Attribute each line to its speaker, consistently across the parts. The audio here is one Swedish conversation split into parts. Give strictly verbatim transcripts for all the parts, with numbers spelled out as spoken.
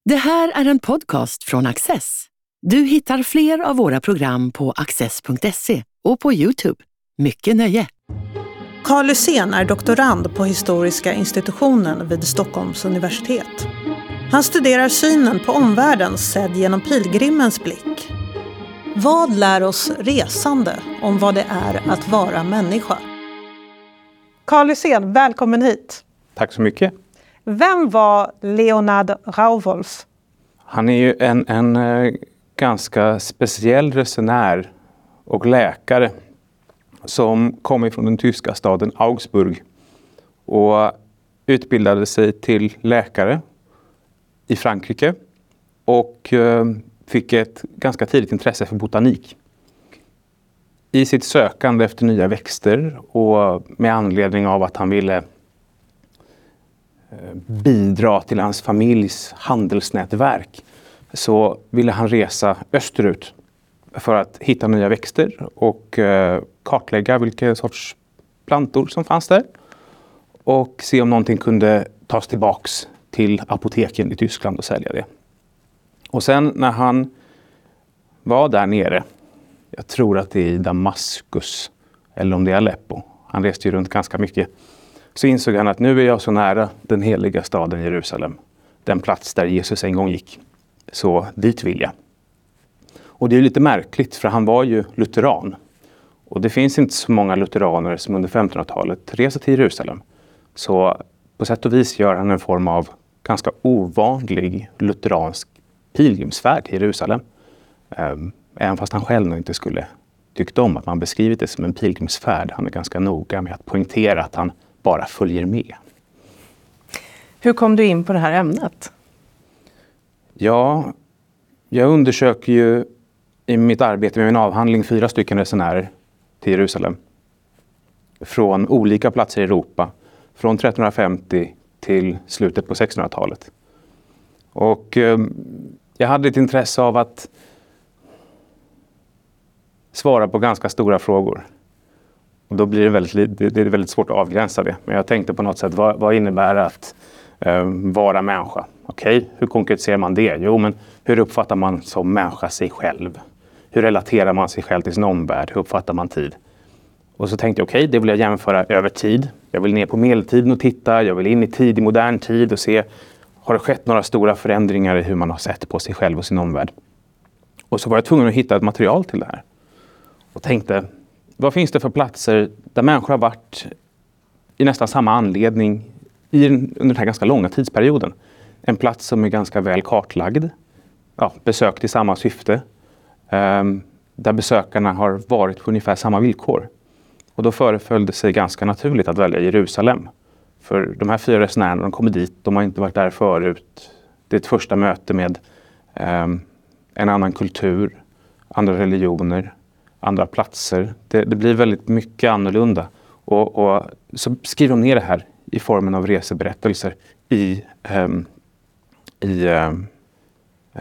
Speaker 1: Det här är en podcast från Access. Du hittar fler av våra program på access punkt se och på YouTube. Mycket nöje!
Speaker 2: Carl Lysén är doktorand på Historiska institutionen vid Stockholms universitet. Han studerar synen på omvärlden sedd genom pilgrimens blick. Vad lär oss resande om vad det är att vara människa? Carl Lysén, välkommen hit.
Speaker 3: Tack så mycket.
Speaker 2: Vem var Leonhard Rauwolf?
Speaker 3: Han är ju en, en eh, ganska speciell resenär och läkare som kom ifrån den tyska staden Augsburg och utbildade sig till läkare i Frankrike och eh, fick ett ganska tidigt intresse för botanik. I sitt sökande efter nya växter och med anledning av att han ville bidra till hans familjs handelsnätverk så ville han resa österut för att hitta nya växter och eh, kartlägga vilka sorts plantor som fanns där och se om någonting kunde tas tillbaks till apoteken i Tyskland och sälja det. Och sen när han var där nere, jag tror att det är i Damaskus eller om det är Aleppo, han reste ju runt ganska mycket, så insåg han att nu är jag så nära den heliga staden Jerusalem, den plats där Jesus en gång gick, så dit vill jag. Och det är lite märkligt för han var ju lutheran och det finns inte så många lutheraner som under femtonhundratalet reser till Jerusalem. Så på sätt och vis gör han en form av ganska ovanlig lutheransk pilgrimsfärd till Jerusalem. Även fast han själv nog inte skulle tyckt om att man beskrivit det som en pilgrimsfärd. Han är ganska noga med att poängtera att han bara följer med.
Speaker 2: Hur kom du in på det här ämnet?
Speaker 3: Ja, jag undersöker ju i mitt arbete med min avhandling fyra stycken resenärer till Jerusalem. Från olika platser i Europa. Från trettonhundrafemtio till slutet på sextonhundratalet. Och eh, jag hade ett intresse av att svara på ganska stora frågor. Och då blir det väldigt, det är väldigt svårt att avgränsa det. Men jag tänkte på något sätt, vad, vad innebär att eh, vara människa? Okej, okay, hur konkretiserar man det? Jo, men hur uppfattar man som människa sig själv? Hur relaterar man sig själv till sin omvärld? Hur uppfattar man tid? Och så tänkte jag, okej, okay, det vill jag jämföra över tid. Jag vill ner på medeltiden och titta. Jag vill in i tid, i modern tid och se, har det skett några stora förändringar i hur man har sett på sig själv och sin omvärld? Och så var jag tvungen att hitta ett material till det här. Och tänkte, vad finns det för platser där människor har varit i nästan samma anledning i, under den här ganska långa tidsperioden? En plats som är ganska väl kartlagd, ja, besökt i samma syfte, eh, där besökarna har varit på ungefär samma villkor. Och då föreföll det sig ganska naturligt att välja Jerusalem. För de här fyra resenärerna, de kommer dit, de har inte varit där förut. Det är ett första möte med eh, en annan kultur, andra religioner, andra platser. Det, det blir väldigt mycket annorlunda. Och, och så skriver de ner det här i formen av reseberättelser i, um, i, um, uh,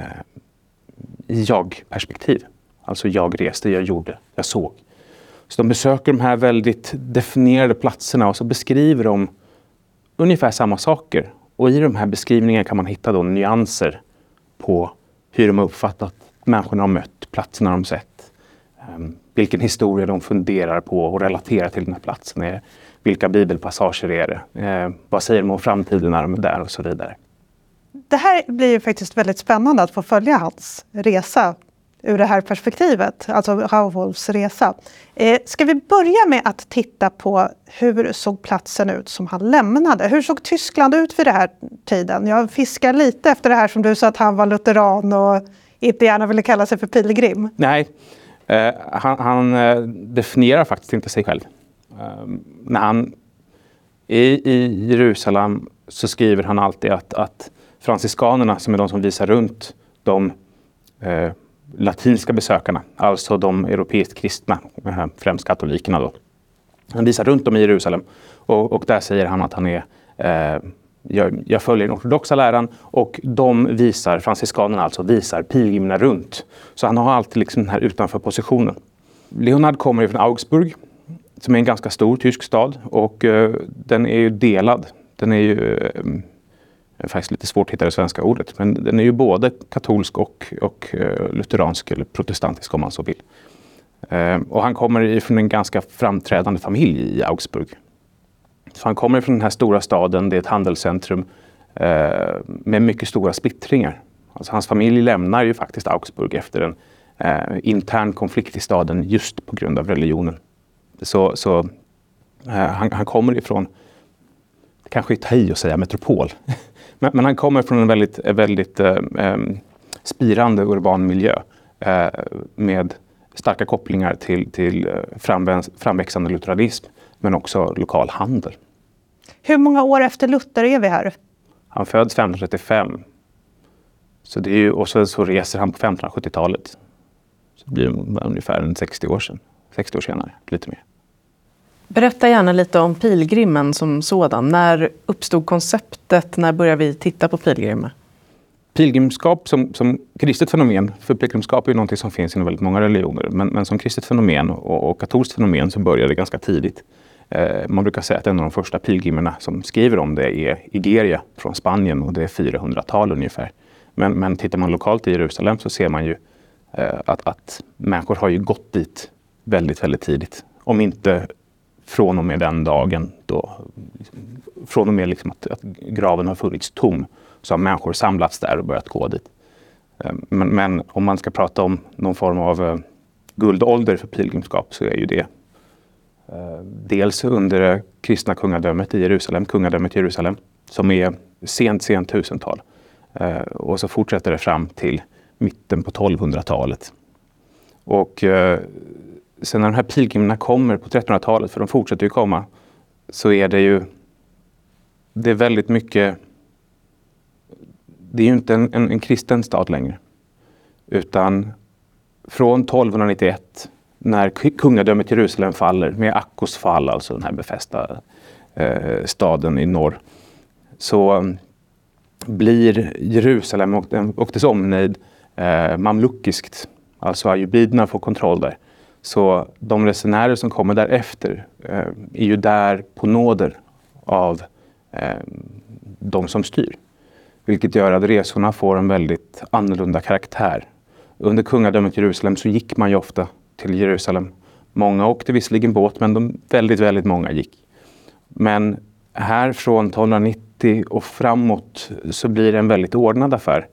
Speaker 3: i jag-perspektiv. Alltså jag reste, jag gjorde, jag såg. Så de besöker de här väldigt definierade platserna och så beskriver de ungefär samma saker. Och i de här beskrivningarna kan man hitta då nyanser på hur de har uppfattat människorna de mött, platserna de sett. Um, vilken historia de funderar på och relaterar till den här platsen är. Vilka bibelpassager är det? Eh, vad säger de om framtiden när de är där och så vidare.
Speaker 2: Det här blir ju faktiskt väldigt spännande att få följa hans resa ur det här perspektivet. Alltså Rauwolfs resa. Eh, ska vi börja med att titta på hur såg platsen ut som han lämnade? Hur såg Tyskland ut vid den här tiden? Jag fiskar lite efter det här som du sa att han var lutheran och inte gärna ville kalla sig för pilgrim.
Speaker 3: Nej. Uh, han han uh, definierar faktiskt inte sig själv. Uh, när han är i Jerusalem så skriver han alltid att, att franciskanerna, som är de som visar runt de uh, latinska besökarna, alltså de europeiskt kristna, uh, främst katolikerna då. Han visar runt dem i Jerusalem och, och där säger han att han är uh, Jag, jag följer den ortodoxa läran och de visar, franciskanerna alltså, visar pilgrimerna runt. Så han har alltid liksom den här utanför positionen. Leonhard kommer från Augsburg, som är en ganska stor tysk stad och uh, den är ju delad. Den är ju uh, Det är faktiskt lite svårt att hitta det svenska ordet, men den är ju både katolsk och, och uh, lutheransk eller protestantisk om man så vill. Uh, och han kommer från en ganska framträdande familj i Augsburg. Så han kommer från den här stora staden, det är ett handelscentrum uh, med mycket stora splittringar. Alltså hans familj lämnar ju faktiskt Augsburg efter en uh, intern konflikt i staden just på grund av religionen. Så, så uh, han, han kommer ifrån, kanske i taj att säga metropol, men, men han kommer från en väldigt, väldigt uh, um, spirande urban miljö uh, med starka kopplingar till, till framväx, framväxande lutheranism, men också lokal handel.
Speaker 2: Hur många år efter Luther är vi här?
Speaker 3: Han föds femtonhundratrettiofem. Så det är ju, och så, så reser han på femtonhundrasjuttiotalet. Så det blir ungefär en sextio år sedan. sextio år senare, lite mer.
Speaker 4: Berätta gärna lite om pilgrimen som sådan. När uppstod konceptet? När började vi titta på pilgrimer?
Speaker 3: Pilgrimskap som, som kristet fenomen, för pilgrimskap är ju någonting som finns inom väldigt många religioner, men, men som kristet fenomen och, och katolskt fenomen så började det ganska tidigt. Eh, man brukar säga att en av de första pilgrimerna som skriver om det är Igeria från Spanien, och det är fyrahundratal ungefär. Men, men tittar man lokalt i Jerusalem så ser man ju eh, att, att människor har ju gått dit väldigt, väldigt tidigt. Om inte från och med den dagen då, liksom, från och med liksom att, att graven har funnits tom, så har människor samlats där och börjat gå dit. Men, men om man ska prata om någon form av uh, guldålder för pilgrimskap så är ju det uh, dels under det kristna kungadömet i Jerusalem, kungadömet i Jerusalem, som är sent, sent tusental. Uh, och så fortsätter det fram till mitten på tolvhundratalet. Och uh, sen när de här pilgrimerna kommer på trettonhundratalet, för de fortsätter ju komma, så är det ju det är väldigt mycket. Det är ju inte en, en, en kristen stad längre, utan från tolvhundranittioett när kungadömet Jerusalem faller, med Akkos fall, alltså den här befästa eh, staden i norr, så blir Jerusalem och, och dess omnejd eh, mamlukiskt, alltså ayyubiderna får kontroll där. Så de resenärer som kommer därefter eh, är ju där på nåder av eh, de som styr. Vilket gör att resorna får en väldigt annorlunda karaktär. Under kungadömet Jerusalem så gick man ju ofta till Jerusalem. Många åkte visserligen båt, men de väldigt, väldigt många gick. Men här från tolvhundranittio och framåt så blir det en väldigt ordnad affär.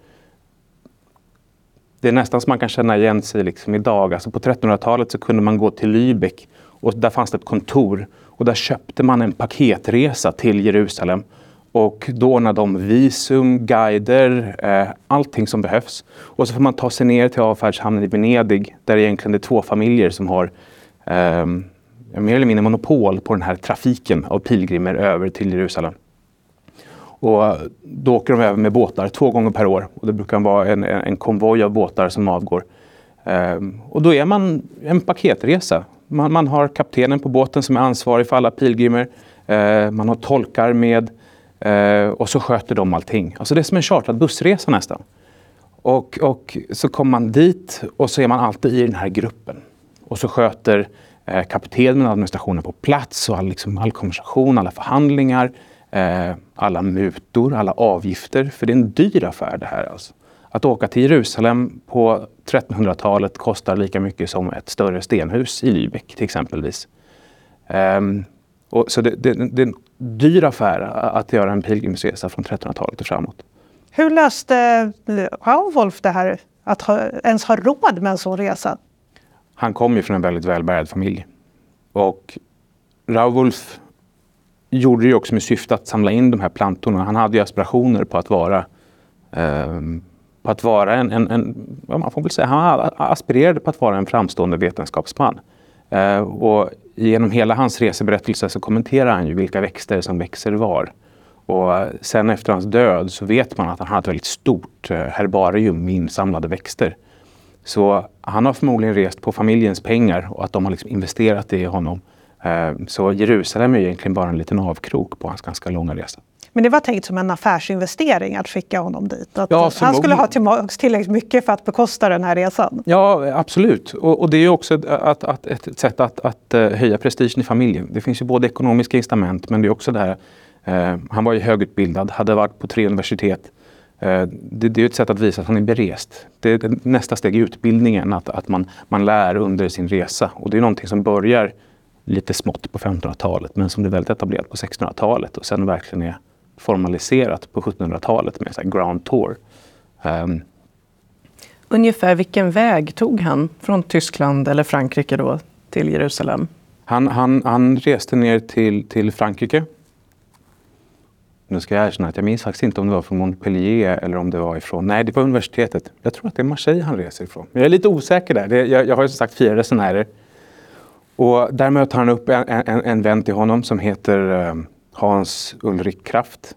Speaker 3: Det är nästan som man kan känna igen sig liksom idag. Alltså på trettonhundratalet så kunde man gå till Lübeck och där fanns det ett kontor. Och där köpte man en paketresa till Jerusalem. Och då ordnar de visum, guider, eh, allting som behövs. Och så får man ta sig ner till avfärdshamnen i Venedig, där det egentligen är två familjer som har eh, mer eller mindre monopol på den här trafiken av pilgrimer över till Jerusalem. Och då åker de över med båtar två gånger per år. Och det brukar vara en, en konvoj av båtar som avgår. Eh, och då är man en paketresa. Man, man har kaptenen på båten som är ansvarig för alla pilgrimer. Eh, man har tolkar med. Uh, och så sköter de allting. Alltså det är som en chartrad bussresa nästan. Och, och så kommer man dit och så är man alltid i den här gruppen. Och så sköter uh, kaptenen administrationen på plats och all, liksom, all konversation, alla förhandlingar, uh, alla mutor, alla avgifter. För det är en dyr affär det här alltså. Att åka till Jerusalem på trettonhundratalet kostar lika mycket som ett större stenhus i Lübeck till exempelvis. Um, och så det, det, det är en dyr affär att göra en pilgrimsresa från trettonhundratalet och framåt.
Speaker 2: Hur löste Rauvulf det här, att ha, ens ha råd med en sån resa?
Speaker 3: Han kom ju från en väldigt välbärgad familj. Och Rauvulf gjorde det också med syfte att samla in de här plantorna. Han hade ju aspirationer på att vara, eh, på att vara en, en, en, vad man får väl säga, han aspirerade på att vara en framstående vetenskapsman. Eh, och genom hela hans reseberättelse så kommenterar han ju vilka växter som växer var. Och sen efter hans död så vet man att han hade ett väldigt stort herbarium med insamlade växter. Så han har förmodligen rest på familjens pengar och att de har liksom investerat det i honom. Så Jerusalem är egentligen bara en liten avkrok på hans ganska långa resa. Men
Speaker 2: det var tänkt som en affärsinvestering att skicka honom dit? Att
Speaker 3: ja,
Speaker 2: han skulle ha tillräckligt mycket för att bekosta den här resan?
Speaker 3: Ja, absolut. Och, och det är ju också ett, att, att, ett sätt att, att höja prestigen i familjen. Det finns ju både ekonomiska incitament, men det är också det här Eh, han var ju högutbildad, hade varit på tre universitet. Eh, det, det är ett sätt att visa att han är berest. Det är nästa steg i utbildningen, att, att man, man lär under sin resa. Och det är någonting som börjar lite smått på femtonhundratalet, men som är väldigt etablerat på sextonhundratalet och sen verkligen är formaliserat på sjuttonhundratalet med så här Grand Tour. Um,
Speaker 4: Ungefär vilken väg tog han från Tyskland eller Frankrike då till Jerusalem?
Speaker 3: Han, han, han reste ner till, till Frankrike. Nu ska jag erkänna att jag minns faktiskt inte om det var från Montpellier eller om det var ifrån... Nej, det var universitetet. Jag tror att det är Marseille han reser ifrån. Jag är lite osäker där. Det, jag, jag har ju som sagt fyra resenärer. Och där möter han upp en, en, en vän till honom som heter eh, Hans Ulrik Kraft.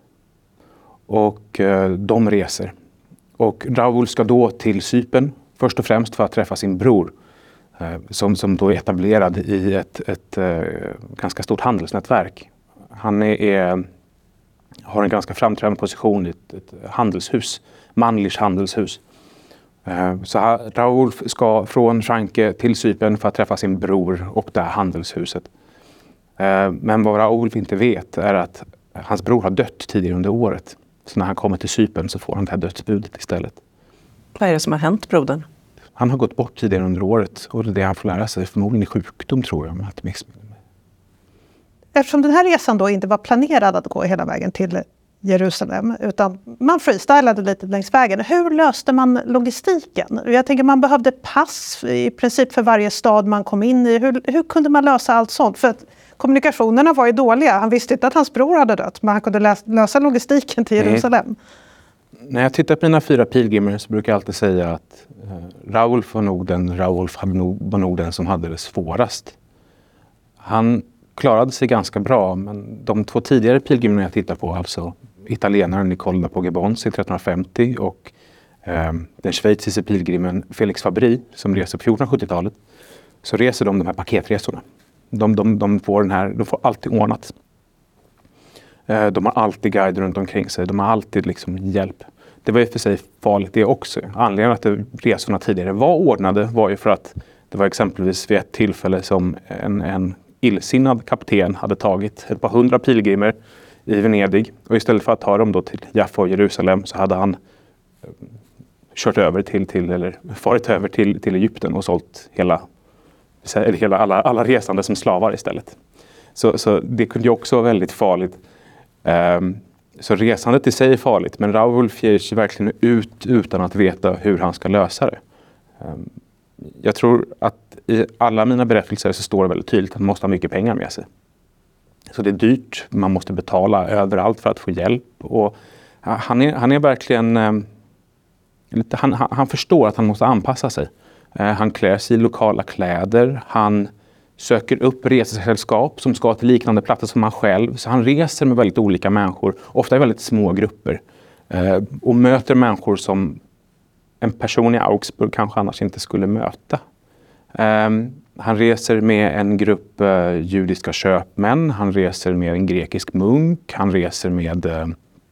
Speaker 3: Och eh, de reser. Och Raoul ska då till Cypern, först och främst för att träffa sin bror. Eh, som, som då är etablerad i ett, ett eh, ganska stort handelsnätverk. Han är, är, har en ganska framträdande position i ett, ett handelshus, Mannlichs handelshus. Eh, så här, Raoul ska från Franke till Cypern för att träffa sin bror och det här handelshuset. Eh, men vad Raoul inte vet är att hans bror har dött tidigare under året. Så när han kommer till Cypern så får han det här dödsbudet istället.
Speaker 4: Vad är det som har hänt, brodern?
Speaker 3: Han har gått bort tidigare under året och det är det han får lära sig. Förmodligen i sjukdom, tror jag. Med att missminna mig.
Speaker 2: Eftersom den här resan då inte var planerad att gå hela vägen till Jerusalem, utan man freestylade lite längs vägen. Hur löste man logistiken? Jag tänker man behövde pass i princip för varje stad man kom in i. Hur, hur kunde man lösa allt sånt? För att kommunikationerna var ju dåliga. Han visste inte att hans bror hade dött, men han kunde lösa, lösa logistiken till Jerusalem.
Speaker 3: Nej. När jag tittar på mina fyra pilgrimer så brukar jag alltid säga att eh, Raoulf var nog den, Raoulf var nog den som hade det svårast. Han klarade sig ganska bra, men de två tidigare pilgrimerna jag tittar på, alltså italienaren Nicole da Poggibonsi trettonhundrafemtio och eh, den schweiziska pilgrimen Felix Fabry som reser på fjortonhundrasjuttiotalet, så reser de de här paketresorna. De, de, de, får den här, de får alltid ordnat. Eh, de har alltid guider runt omkring sig, de har alltid liksom hjälp. Det var ju för sig farligt det också. Anledningen till att resorna tidigare var ordnade var ju för att det var exempelvis vid ett tillfälle som en, en illsinnad kapten hade tagit ett par hundra pilgrimer i Venedig. Och istället för att ta dem då till Jaffa och Jerusalem så hade han eh, kört över till, till eller farit över till, till Egypten och sålt hela, eller hela alla, alla resande som slavar istället. Så, så det kunde ju också vara väldigt farligt. Um, så resandet i sig är farligt, men Raoul ger sig verkligen ut utan att veta hur han ska lösa det. Um, jag tror att i alla mina berättelser så står det väldigt tydligt att man måste ha mycket pengar med sig. Så det är dyrt, man måste betala överallt för att få hjälp. Och han, är, han är verkligen... Um, lite, han, han, han förstår att han måste anpassa sig. Uh, han klär sig i lokala kläder, han söker upp resesällskap som ska till liknande platser som han själv. Så han reser med väldigt olika människor, ofta i väldigt små grupper. Uh, och möter människor som en person i Augsburg kanske annars inte skulle möta. Um, han reser med en grupp uh, judiska köpmän, han reser med en grekisk munk, han reser med uh,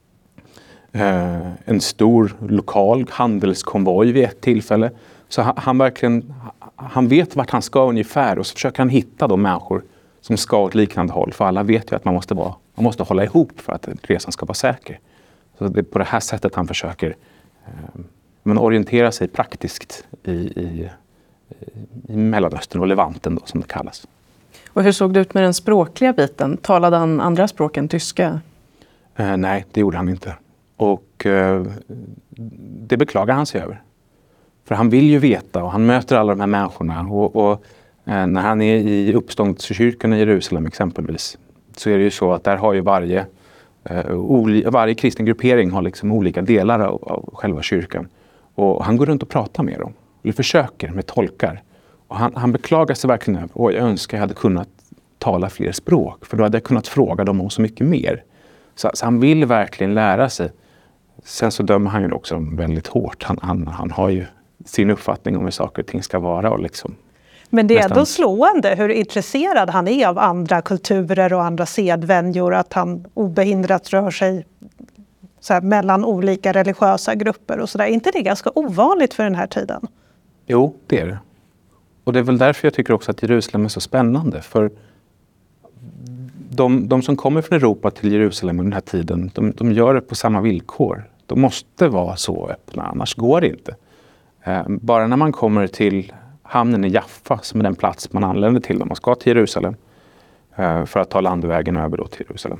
Speaker 3: uh, en stor lokal handelskonvoj vid ett tillfälle. Så han, han verkligen, han vet vart han ska ungefär och så försöker han hitta de människor som ska åt liknande håll. För alla vet ju att man måste, vara, man måste hålla ihop för att resan ska vara säker. Så det är på det här sättet han försöker uh, men orientera sig praktiskt i, i, i Mellanöstern och Levanten då, som det kallas.
Speaker 4: Och hur såg det ut med den språkliga biten? Talade han andra språk än tyska?
Speaker 3: Eh, nej, det gjorde han inte. Och eh, det beklagar han sig över. För han vill ju veta och han möter alla de här människorna. Och, och eh, när han är i uppståndelsekyrkan i Jerusalem exempelvis så är det ju så att där har ju varje, eh, oli, varje kristen gruppering har liksom olika delar av, av själva kyrkan. Och han går runt och pratar med dem. Eller försöker med tolkar. Och han, han beklagar sig verkligen över. Och jag önskar jag hade kunnat tala fler språk. För då hade jag kunnat fråga dem om så mycket mer. Så, så han vill verkligen lära sig. Sen så dömer han ju också väldigt hårt. Han, han, han har ju sin uppfattning om hur saker och ting ska vara. Och liksom
Speaker 2: Men det är
Speaker 3: nästan...
Speaker 2: ändå slående hur intresserad han är av andra kulturer och andra sedvänjor. Att han obehindrat rör sig så här, mellan olika religiösa grupper och sådär. Är inte det ganska ovanligt för den här tiden?
Speaker 3: Jo, det är det. Och det är väl därför jag tycker också att Jerusalem är så spännande. För de, de som kommer från Europa till Jerusalem under den här tiden, de, de gör det på samma villkor. De måste vara så öppna, annars går det inte. Eh, bara när man kommer till hamnen i Jaffa, som är den plats man anländer till när man ska till Jerusalem, eh, för att ta landvägen över då till Jerusalem,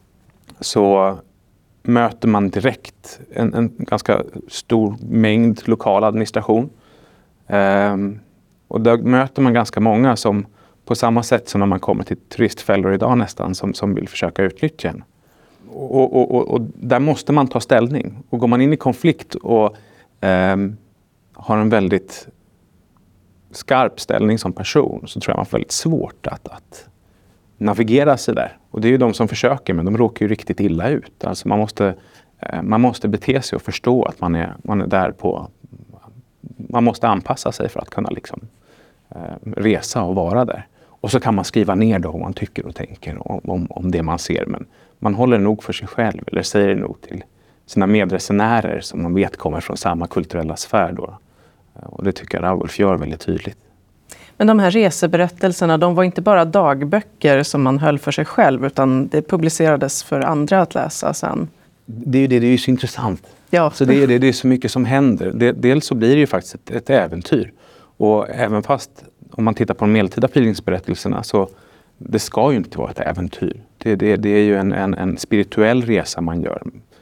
Speaker 3: så möter man direkt en, en ganska stor mängd lokal administration. Eh, och där möter man ganska många som på samma sätt som när man kommer till turistfällor idag nästan, som, som vill försöka utnyttja en. Och, och, och, och där måste man ta ställning. Och går man in i konflikt och eh, har en väldigt skarp ställning som person, så tror jag man får väldigt svårt att, att navigera sig där. Och det är ju de som försöker, men de råkar ju riktigt illa ut. Alltså man måste, eh, man måste bete sig och förstå att man är, man är där på... Man måste anpassa sig för att kunna liksom, eh, resa och vara där. Och så kan man skriva ner då vad man tycker och tänker om, om, om det man ser. Men man håller nog för sig själv, eller säger det nog till sina medresenärer som man vet kommer från samma kulturella sfär då. Och det tycker jag Raulf gör väldigt tydligt.
Speaker 4: Men de här reseberättelserna, de var inte bara dagböcker som man höll för sig själv, utan det publicerades för andra att läsa sen.
Speaker 3: Det är ju det, det är ju så intressant.
Speaker 4: Ja.
Speaker 3: Så det är, det, det är så mycket som händer. Det, dels så blir det ju faktiskt ett, ett äventyr. Och även fast om man tittar på de medeltida pilgrimsberättelserna, så det ska ju inte vara ett äventyr. Det, det, det är ju en, en, en spirituell resa man gör.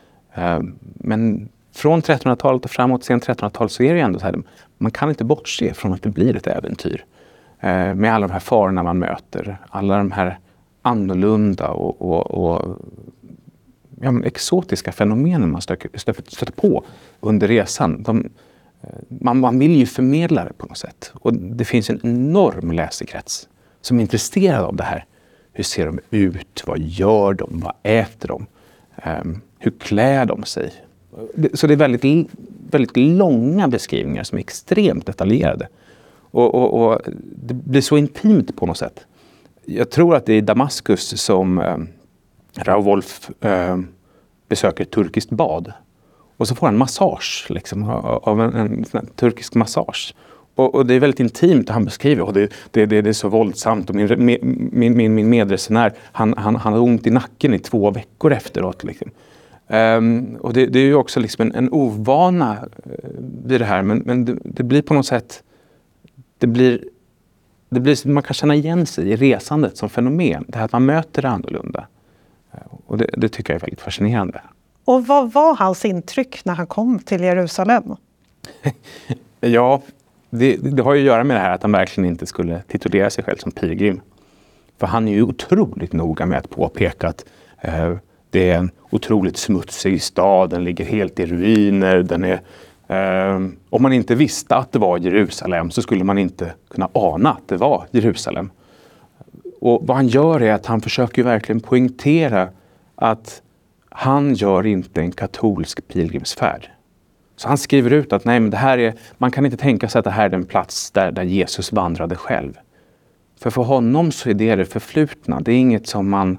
Speaker 3: Men från trettonhundratalet och framåt, sen trettonhundratalet, så är det ju ändå så här, man kan inte bortse från att det blir ett äventyr. Med alla de här farorna man möter, alla de här annorlunda och, och, och ja, exotiska fenomenen man stöter, stöter på under resan. De, man, man vill ju förmedla det på något sätt. Och det finns en enorm läsekrets som är intresserad av det här. Hur ser de ut? Vad gör de? Vad äter de? Um, hur klär de sig? Så det är väldigt, väldigt långa beskrivningar som är extremt detaljerade. Och, och, och det blir så intimt på något sätt. Jag tror att det är i Damaskus som um, Raulf um, besöker ett turkiskt bad. Och så får han massage, liksom, av en, en, en turkisk massage. Och, och det är väldigt intimt han beskriver. Och det, det, det, det är så våldsamt. Och min, min, min, min medresenär, han, han, han hade ont i nacken i två veckor efteråt. Liksom. Um, och det, det är ju också liksom en, en ovana vid det här. Men, men det, det blir på något sätt... Det blir, det blir, man kan känna igen sig i resandet som fenomen. Det här att man möter det annorlunda. Och det, det tycker jag är väldigt fascinerande.
Speaker 2: Och vad var hans intryck när han kom till Jerusalem?
Speaker 3: Ja, det, det har ju att göra med det här att han verkligen inte skulle titulera sig själv som pilgrim. För han är ju otroligt noga med att påpeka att eh, det är en otroligt smutsig stad, den ligger helt i ruiner. Den är, eh, om man inte visste att det var Jerusalem så skulle man inte kunna ana att det var Jerusalem. Och vad han gör är att han försöker verkligen poängtera att han gör inte en katolsk pilgrimsfärd. Så han skriver ut att nej, men det här är, man kan inte tänka sig att det här är den plats där, där Jesus vandrade själv. För för honom så är det det förflutna. Det är inget som man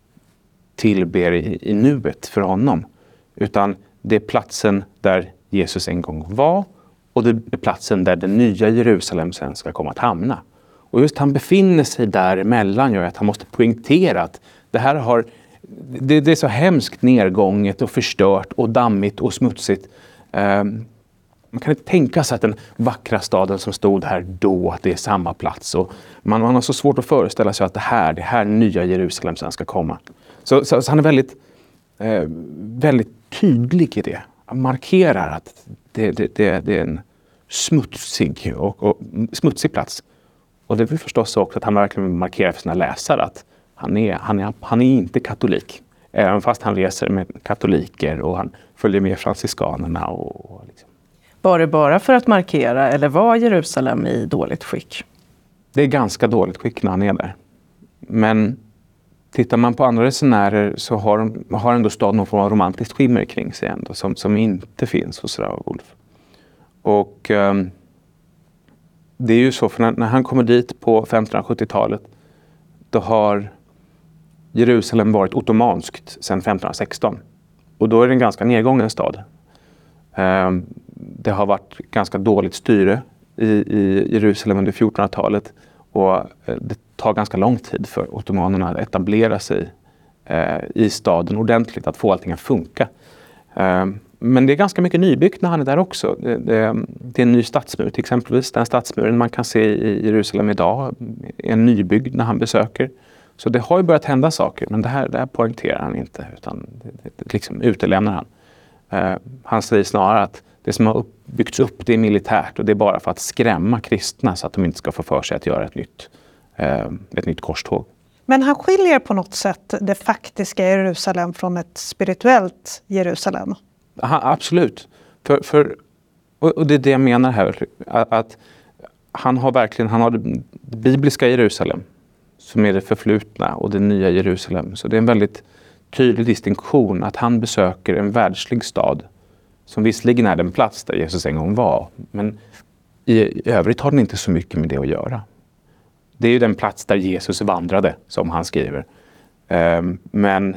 Speaker 3: tillber i, i nuet för honom. Utan det är platsen där Jesus en gång var. Och det är platsen där det nya Jerusalem sen ska komma att hamna. Och just han befinner sig däremellan gör att han måste poängtera att det här har... Det, det är så hemskt nedgånget och förstört och dammigt och smutsigt. Um, man kan inte tänka sig att den vackra staden som stod här då, att det är samma plats. Och man, man har så svårt att föreställa sig att det här, det här nya Jerusalem sen ska komma. Så, så, så han är väldigt, eh, väldigt tydlig i det. Han markerar att det, det, det, det är en smutsig, och, och, smutsig plats. Och det är förstås också att han verkligen markerar för sina läsare att han är, han är, han är inte katolik. Även fast han reser med katoliker och han följer med franciskanerna. Och, och liksom.
Speaker 4: Var det bara för att markera eller var Jerusalem i dåligt skick?
Speaker 3: Det är ganska dåligt skick när han är där. Men tittar man på andra resenärer så har, de, har ändå staden någon form av romantiskt skimmer kring sig ändå, som, som inte finns hos Raulf. Och um, det är ju så, för när, när han kommer dit på femtonhundrasjuttiotalet då har Jerusalem varit ottomanskt sedan femtonhundrasexton. Och då är det en ganska nedgången stad. Um, det har varit ganska dåligt styre i, i Jerusalem under fjortonhundratalet. Och det ta ganska lång tid för ottomanerna att etablera sig eh, i staden ordentligt, att få allting att funka. Eh, men det är ganska mycket nybyggt när han är där också. Det, det, det är en ny stadsmur till exempelvis. Den stadsmuren man kan se i Jerusalem idag är en nybyggd när han besöker. Så det har ju börjat hända saker, men det här, det här poängterar han inte, utan det, det, det liksom utelämnar han. Eh, han säger snarare att det som har upp, byggts upp, det är militärt, och det är bara för att skrämma kristna så att de inte ska få för sig att göra ett nytt, eh, ett nytt korståg.
Speaker 2: Men han skiljer på något sätt det faktiska Jerusalem från ett spirituellt Jerusalem?
Speaker 3: Aha, absolut. För, för, och det är det jag menar här, att, att han har verkligen han har det bibliska Jerusalem som är det förflutna och det nya Jerusalem. Så det är en väldigt tydlig distinktion att han besöker en världslig stad som visserligen är den plats där Jesus en gång var, men i, i övrigt har den inte så mycket med det att göra. Det är ju den plats där Jesus vandrade, som han skriver. Um, men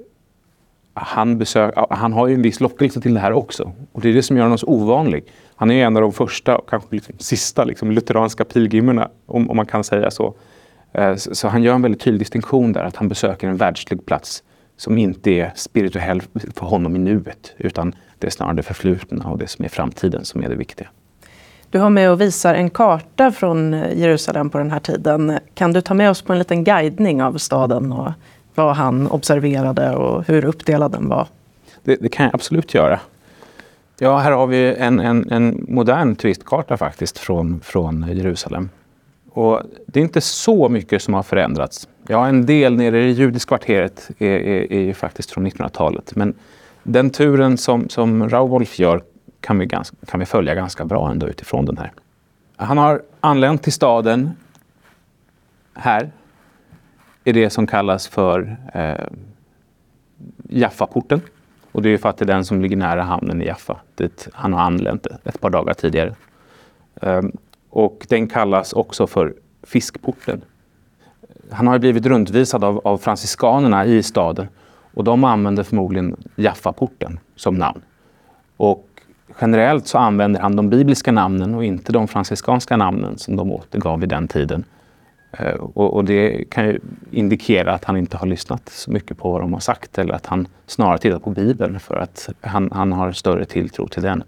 Speaker 3: han, besök, han har ju en viss lockelse till det här också. Och det är det som gör honom så ovanlig. Han är en av de första och kanske liksom sista liksom, lutheranska pilgrimerna, om, om man kan säga så. Uh, så. Så han gör en väldigt tydlig distinktion där, att han besöker en världslig plats som inte är spirituell för honom i nuet, utan det är snarare det förflutna och det som är framtiden som är det viktiga.
Speaker 4: Du har med och visar en karta från Jerusalem på den här tiden. Kan du ta med oss på en liten guidning av staden och vad han observerade och hur uppdelad den var?
Speaker 3: Det, det kan jag absolut göra. Ja, här har vi en, en, en modern turistkarta faktiskt från, från Jerusalem. Och det är inte så mycket som har förändrats. Ja, en del nere i det judiska kvarteret är, är, är ju faktiskt från nittonhundratalet. Men den turen som, som Rauwolf gör kan vi, ganska, kan vi följa ganska bra ändå utifrån den här. Han har anlänt till staden här i det som kallas för eh, Jaffa-porten. Och det är för att det är den som ligger nära hamnen i Jaffa, dit han har anlänt ett par dagar tidigare. Eh, och den kallas också för Fiskporten. Han har blivit rundvisad av, av franciskanerna i staden, och de använder förmodligen Jaffa-porten som namn. Och generellt så använder han de bibliska namnen och inte de franciskanska namnen som de återgav vid den tiden. Och, och det kan ju indikera att han inte har lyssnat så mycket på vad de har sagt, eller att han snarare tittar på Bibeln för att han, han har större tilltro till den.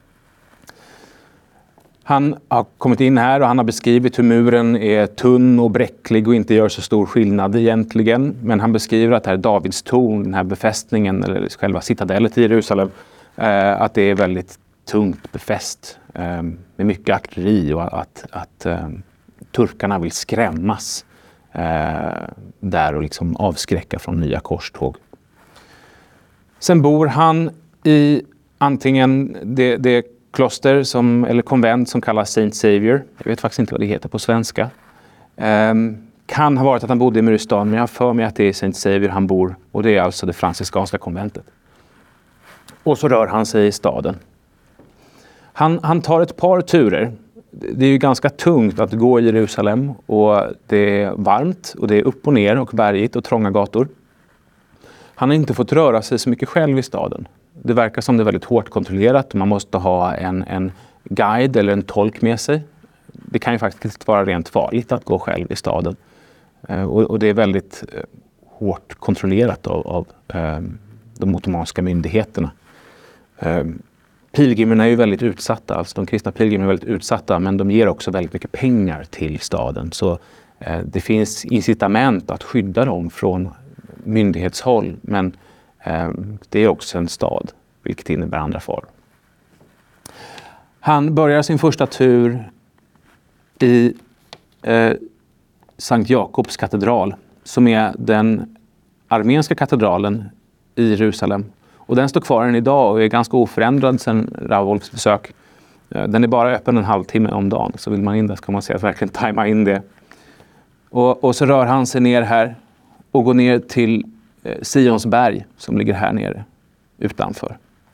Speaker 3: Han har kommit in här och han har beskrivit hur muren är tunn och bräcklig och inte gör så stor skillnad egentligen. Men han beskriver att det här Davids torn, den här befästningen eller själva citadellet i Jerusalem, eh, att det är väldigt tungt befäst eh, med mycket artilleri, och att, att eh, turkarna vill skrämmas eh, där och liksom avskräcka från nya korståg. Sen bor han i antingen det, det kloster som, eller konvent som kallas Saint Savior. Jag vet faktiskt inte vad det heter på svenska. Um, kan ha varit att han bodde i Muristan, men jag har för mig att det är Saint Savior han bor. Och det är alltså det franciskanska konventet. Och så rör han sig i staden. Han, han tar ett par turer. Det är ju ganska tungt att gå i Jerusalem, och det är varmt och det är upp och ner och bergigt och trånga gator. Han har inte fått röra sig så mycket själv i staden. Det verkar som det är väldigt hårt kontrollerat. Man måste ha en, en guide eller en tolk med sig. Det kan ju faktiskt vara rent farligt att gå själv i staden. Eh, och, och det är väldigt eh, hårt kontrollerat av, av eh, de ottomanska myndigheterna. Eh, pilgrimerna är ju väldigt utsatta. Alltså de kristna pilgrimerna är väldigt utsatta, men de ger också väldigt mycket pengar till staden. Så eh, det finns incitament att skydda dem från myndighetshåll, men det är också en stad, vilket innebär andra faror. Han börjar sin första tur i eh, Sankt Jakobs katedral, som är den armenska katedralen i Jerusalem. Och den står kvar än idag och är ganska oförändrad sedan Rauwolfs besök. Den är bara öppen en halvtimme om dagen, så vill man in där ska man se att verkligen tajma in det. Och, och så rör han sig ner här och går ner till Sionsberg som ligger här nere utanför.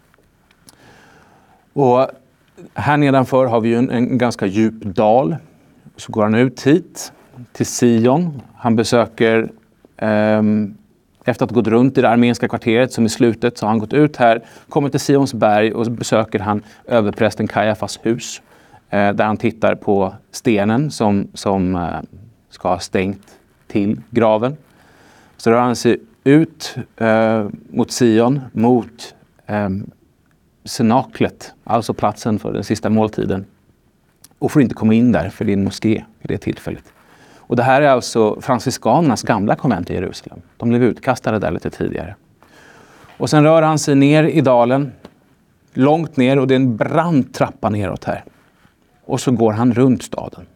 Speaker 3: Och här nedanför har vi ju en, en ganska djup dal. Så går han ut hit till Sion. Han besöker, eh, efter att ha gått runt i det armenska kvarteret som i slutet, så har han gått ut här, kommer till Sionsberg och så besöker han överprästen Kajafas hus. Eh, där han tittar på stenen som, som, eh, ska ha stängt till graven. Så rör han sig ut eh, mot Sion, mot eh, senaklet, alltså platsen för den sista måltiden. Och får inte komma in där för det är en moské i det tillfället. Och det här är alltså franciskanernas gamla konvent i Jerusalem. De blev utkastade där lite tidigare. Och sen rör han sig ner i dalen, långt ner, och det är en brant trappa neråt här. Och så går han runt staden.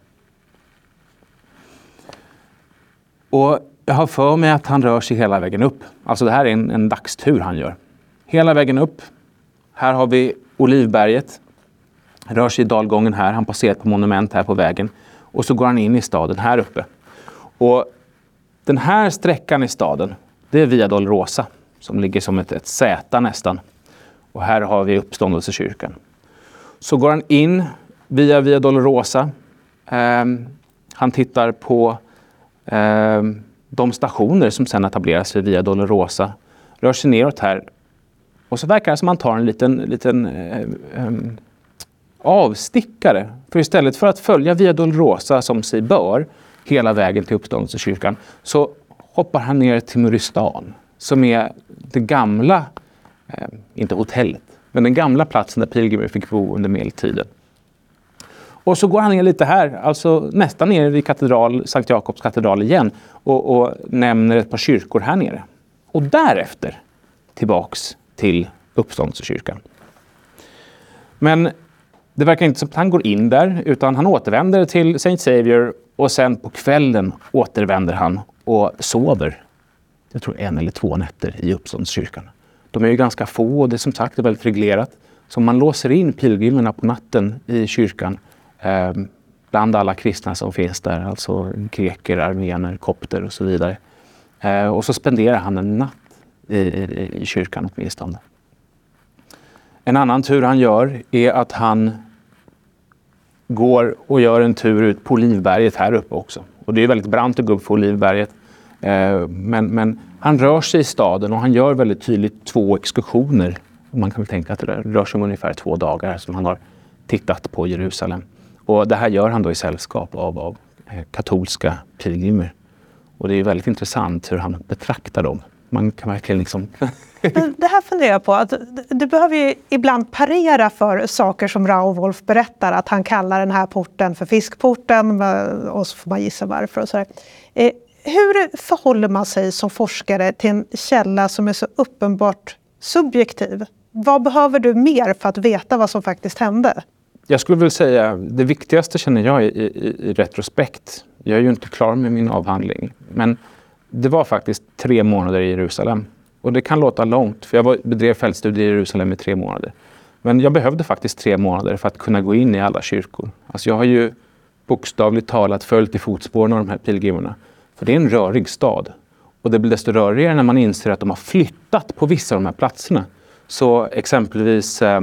Speaker 3: Och jag har för mig att han rör sig hela vägen upp. Alltså det här är en, en dagstur han gör. Hela vägen upp. Här har vi Olivberget. Han rör sig i dalgången här. Han passerar på monument här på vägen. Och så går han in i staden här uppe. Och den här sträckan i staden, det är Via Dolorosa. Som ligger som ett, ett säta nästan. Och här har vi uppståndelsekyrkan. Så går han in via Via Dolorosa. Eh, han tittar på eh, de stationer som sedan etableras vid Via Dolorosa. Rör sig neråt här. Och så verkar det som att man tar en liten, liten eh, eh, avstickare. För istället för att följa Via Dolorosa som sig bör hela vägen till uppståndelsekyrkan, så hoppar han ner till Muristan, som är det gamla, eh, inte hotellet, men den gamla platsen där pilgrimer fick bo under medeltiden. Och så går han ner lite här, alltså nästan ner vid katedral, Sankt Jakobs katedral igen, och, och nämner ett par kyrkor här nere. Och därefter tillbaks till uppståndelsekyrkan. Men det verkar inte som att han går in där, utan han återvänder till Saint Xavier och sen på kvällen återvänder han och sover. Jag tror en eller två nätter i uppståndelsekyrkan. De är ju ganska få och det är som sagt är väldigt reglerat. Så man låser in pilgrimerna på natten i kyrkan eh, bland alla kristna som finns där. Alltså greker, armener, kopter och så vidare. Eh, och så spenderar han en natt i, i, i kyrkan åtminstone. En annan tur han gör är att han går och gör en tur ut på Olivberget här uppe också. Och det är väldigt brant att gå upp för Olivberget. Eh, men, men han rör sig i staden och han gör väldigt tydligt två exkursioner. Man kan väl tänka att det rör sig om ungefär två dagar som han har tittat på Jerusalem. Och det här gör han då i sällskap av, av katolska pilgrimer. Och det är väldigt intressant hur han betraktar dem. Man kan verkligen liksom...
Speaker 2: Det här funderar jag på. Att du behöver ju ibland parera för saker som Rauwolf berättar. Att han kallar den här porten för fiskporten. Och så får man gissa varför och så där. Eh, hur förhåller man sig som forskare till en källa som är så uppenbart subjektiv? Vad behöver du mer för att veta vad som faktiskt hände?
Speaker 3: Jag skulle väl säga, det viktigaste känner jag i, i, i retrospekt. Jag är ju inte klar med min avhandling. Men det var faktiskt tre månader i Jerusalem. Och det kan låta långt, för jag var, bedrev fältstudier i Jerusalem i tre månader. Men jag behövde faktiskt tre månader för att kunna gå in i alla kyrkor. Alltså jag har ju bokstavligt talat följt i fotspåren av de här pilgrimerna. För det är en rörig stad. Och det blir desto rörigare när man inser att de har flyttat på vissa av de här platserna. Så exempelvis, eh,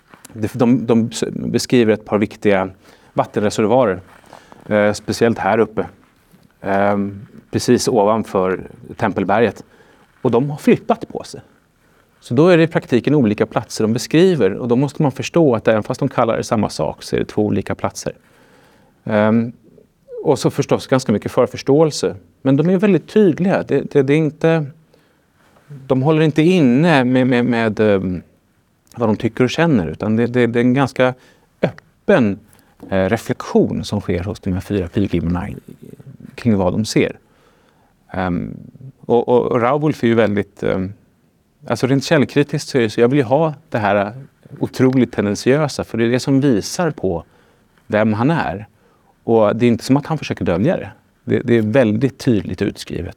Speaker 3: de, de beskriver ett par viktiga vattenreservoarer. Eh, speciellt här uppe. Eh, precis ovanför Tempelberget. Och de har flyttat på sig. Så då är det i praktiken olika platser de beskriver. Och då måste man förstå att även fast de kallar det samma sak så är det två olika platser. Um, och så förstås ganska mycket förförståelse. Men de är väldigt tydliga. Det, det, det är inte, de håller inte inne med, med, med um, vad de tycker och känner. Utan det, det, det är en ganska öppen eh, reflektion som sker hos de här fyra pilgrimerna kring vad de ser. Um, och, och, och Rauwolf är ju väldigt, um, alltså rent källkritiskt så är det så, jag vill ju ha det här otroligt tendensiösa, för det är det som visar på vem han är. Och det är inte som att han försöker dölja det. Det, det är väldigt tydligt utskrivet.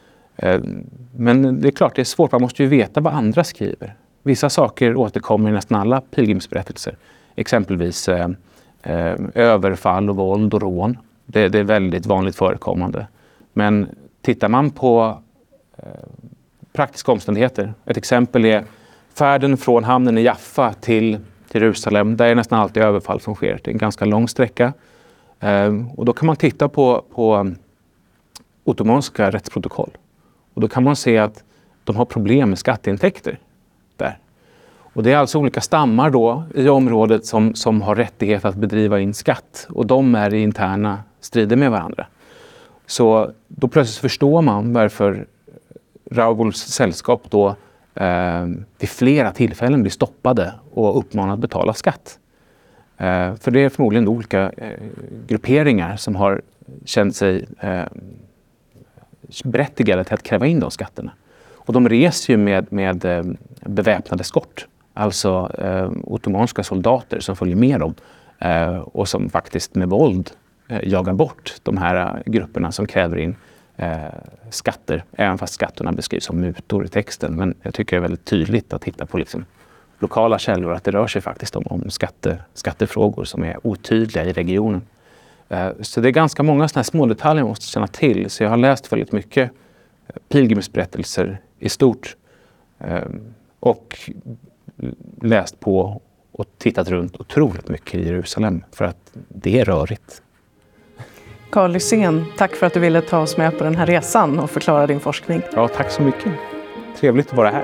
Speaker 3: Um, men det är klart, det är svårt, man måste ju veta vad andra skriver. Vissa saker återkommer i nästan alla pilgrimsberättelser. Exempelvis uh, uh, överfall och våld och rån. Det, det är väldigt vanligt förekommande. Men tittar man på eh, praktiska omständigheter. Ett exempel är färden från hamnen i Jaffa till, till Jerusalem. Där är nästan alltid överfall som sker. Det är en ganska lång sträcka. Eh, och då kan man titta på, på ottomanska rättsprotokoll. Och då kan man se att de har problem med skatteintäkter där. Och det är alltså olika stammar då i området som, som har rättighet att bedriva in skatt. Och de är i interna strider med varandra. Så då plötsligt förstår man varför Rauvolfs sällskap då eh, vid flera tillfällen blir stoppade och uppmanade att betala skatt. Eh, för det är förmodligen olika eh, grupperingar som har känt sig eh, berättigade till att kräva in de skatterna. Och de reser ju med, med eh, beväpnade skott, alltså eh, ottomanska soldater som följer med dem eh, och som faktiskt med våld eh, jagar bort de här eh, grupperna som kräver in eh, skatter, även fast skatterna beskrivs som mutor i texten. Men jag tycker det är väldigt tydligt att titta på liksom, lokala källor att det rör sig faktiskt om, om skatte, skattefrågor som är otydliga i regionen. Eh, så det är ganska många sådana här små detaljer man måste känna till, så jag har läst väldigt mycket pilgrimsberättelser i stort eh, och läst på och tittat runt otroligt mycket i Jerusalem för att det är rörigt.
Speaker 4: Carl Lysén, tack för att du ville ta oss med på den här resan och förklara din forskning.
Speaker 3: Ja, tack så mycket. Trevligt att vara här.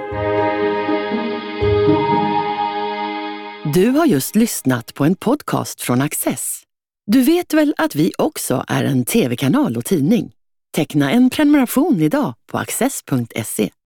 Speaker 1: Du har just lyssnat på en podcast från Access. Du vet väl att vi också är en tv-kanal och tidning? Teckna en prenumeration idag på access punkt se.